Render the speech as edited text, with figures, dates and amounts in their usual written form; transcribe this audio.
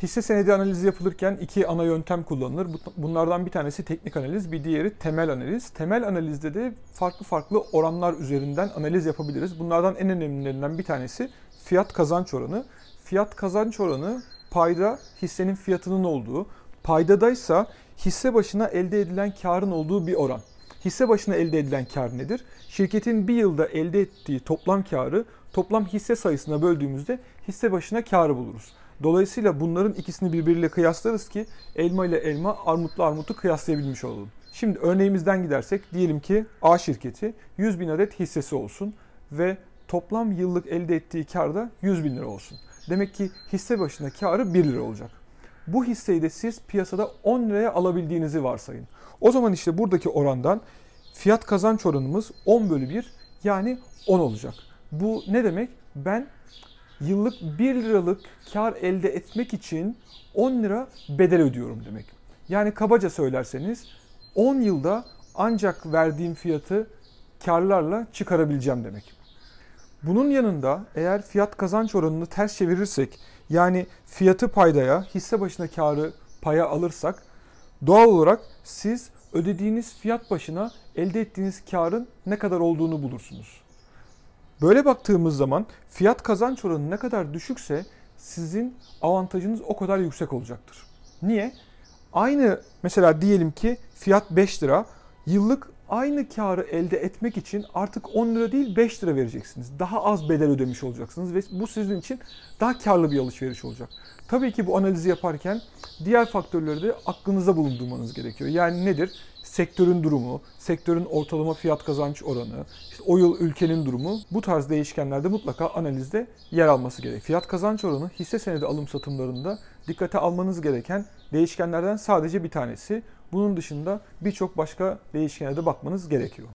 Hisse senedi analizi yapılırken iki ana yöntem kullanılır. Bunlardan bir tanesi teknik analiz, bir diğeri temel analiz. Temel analizde de farklı farklı oranlar üzerinden analiz yapabiliriz. Bunlardan en önemlilerinden bir tanesi fiyat kazanç oranı. Fiyat kazanç oranı payda hissenin fiyatının olduğu, paydadaysa hisse başına elde edilen karın olduğu bir oran. Hisse başına elde edilen kar nedir? Şirketin bir yılda elde ettiği toplam karı toplam hisse sayısına böldüğümüzde hisse başına karı buluruz. Dolayısıyla bunların ikisini birbiriyle kıyaslarız ki elma ile elma, armutla armutu kıyaslayabilmiş olalım. Şimdi örneğimizden gidersek diyelim ki A şirketi 100 bin adet hissesi olsun ve toplam yıllık elde ettiği kar da 100 bin lira olsun. Demek ki hisse başına karı 1 lira olacak. Bu hisseyi de siz piyasada 10 liraya alabildiğinizi varsayın. O zaman işte buradaki orandan fiyat kazanç oranımız 10 bölü 1 yani 10 olacak. Bu ne demek? Ben yıllık 1 liralık kar elde etmek için 10 lira bedel ödüyorum demek. Yani kabaca söylerseniz 10 yılda ancak verdiğim fiyatı karlarla çıkarabileceğim demek. Bunun yanında eğer fiyat kazanç oranını ters çevirirsek, yani fiyatı paydaya, hisse başına karı paya alırsak, doğal olarak siz ödediğiniz fiyat başına elde ettiğiniz karın ne kadar olduğunu bulursunuz. Böyle baktığımız zaman fiyat kazanç oranı ne kadar düşükse sizin avantajınız o kadar yüksek olacaktır. Niye? Aynı mesela diyelim ki fiyat 5 lira. Yıllık aynı karı elde etmek için artık 10 lira değil 5 lira vereceksiniz. Daha az bedel ödemiş olacaksınız ve bu sizin için daha karlı bir alışveriş olacak. Tabii ki bu analizi yaparken diğer faktörleri de aklınızda bulundurmanız gerekiyor. Yani nedir? Sektörün durumu, sektörün ortalama fiyat kazanç oranı, işte o yıl ülkenin durumu, bu tarz değişkenlerde mutlaka analizde yer alması gerek. Fiyat kazanç oranı hisse senedi alım satımlarında dikkate almanız gereken değişkenlerden sadece bir tanesi. Bunun dışında birçok başka değişkene de bakmanız gerekiyor.